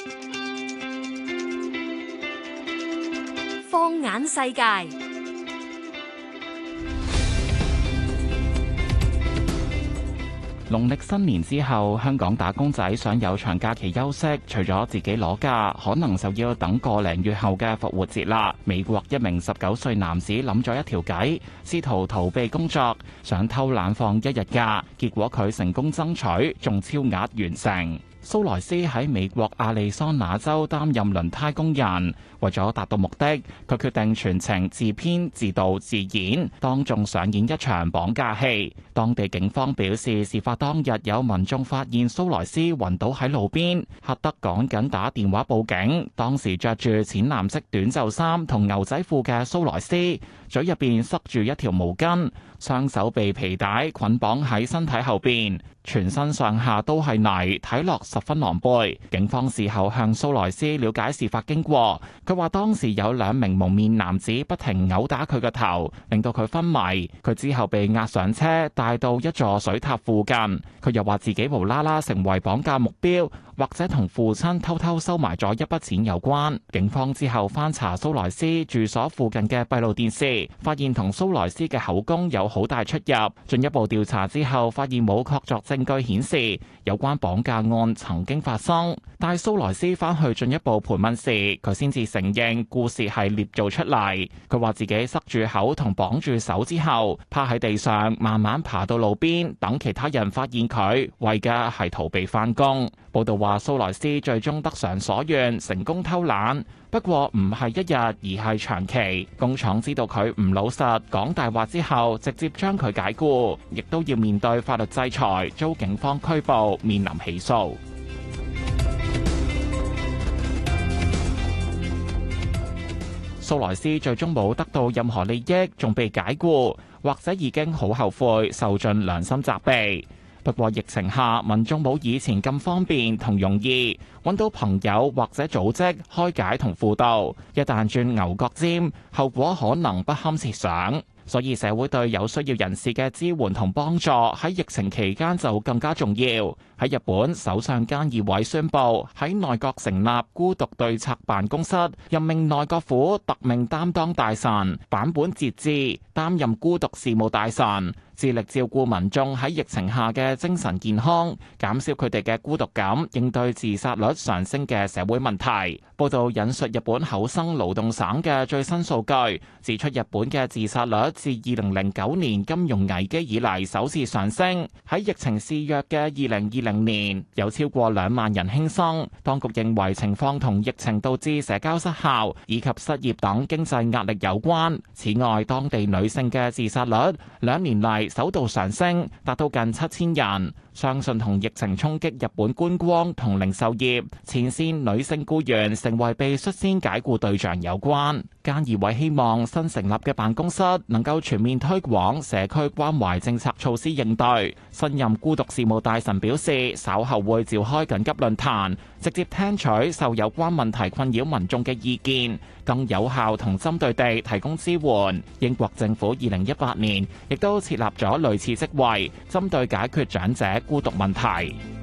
放眼世界。 農曆新年之後，香港打工仔想有長假期休息，除咗自己攞假，可能就要等個零月後嘅復活節啦。美國一名19歲男子諗咗一條計，試圖逃避工作，想偷懶放一日假，結果佢成功爭取，仲超額完成。蘇萊斯喺美國亞利桑那州擔任輪胎工人，為咗達到目的，佢決定全程自編自導自演，當眾上演一場綁架戲。當地警方表示，事發當日有民眾發現蘇萊斯暈倒喺路邊，嚇得趕緊打電話報警。當時着住淺藍色短袖衫同牛仔褲嘅蘇萊斯，嘴入邊塞住一條毛巾，雙手被皮帶捆綁喺身體後邊，全身上下都係泥，睇落十分狼狽。警方事後向蘇萊斯了解事發經過，佢話當時有2名蒙面男子不停毆打佢個頭，令到佢昏迷。佢之後被押上車，帶到一座水塔附近。佢又話自己無啦啦成為綁架目標，或者同父親偷偷收埋咗一筆錢有關。警方之後翻查蘇萊斯住所附近嘅閉路電視，發現同蘇萊斯嘅口供有好大出入。進一步調查之後，發現冇確鑿證據顯示有關綁架案曾經發生。但蘇萊斯翻去進一步盤問時，佢先至承認故事係捏造出嚟。佢話自己塞住口同綁住手之後，趴喺地上慢慢爬到路邊，等其他人發現佢，為嘅係逃避返工。報道話蘇萊斯最終得償所願，成功偷懶。不過唔係一日，而係長期。工廠知道佢唔老實，講大話之後，直接將佢解僱，亦都要面對法律制裁，遭警方拘捕，面臨起訴。蘇萊斯最終冇得到任何利益，仲被解僱，或者已經好後悔，受盡良心責備。不過疫情下，民眾冇以前咁方便同容易揾到朋友或者組織開解同輔導，一旦轉牛角尖，後果可能不堪設想。所以社會對有需要人士嘅支援同幫助喺疫情期間就更加重要。喺日本，首相菅義偉宣布喺內閣成立孤獨對策辦公室，任命內閣府特命擔當大臣坂本哲志擔任孤獨事務大臣，致力照顧民眾喺疫情下嘅精神健康，減少佢哋嘅孤獨感，應對自殺率上升嘅社會問題。報道引述日本厚生勞動省嘅最新數據，指出日本嘅自殺率自2009年金融危機以嚟首次上升。喺疫情肆虐嘅2020年，有超過2萬人輕生。當局認為情況同疫情導致社交失效以及失業等經濟壓力有關。此外，當地女性嘅自殺率2年嚟首度上升，達到近7000人。相信同疫情衝擊日本觀光同零售業，前線女性僱員成為被率先解僱對象有關。菅義偉希望新成立嘅辦公室能夠全面推廣社區關懷政策措施應對。新任孤獨事務大臣表示，稍後會召開緊急論壇，直接聽取受有關問題困擾民眾嘅意見，更有效同針對地提供支援。英國政府2018年亦都設立咗類似職位，針對解決長者孤獨問題。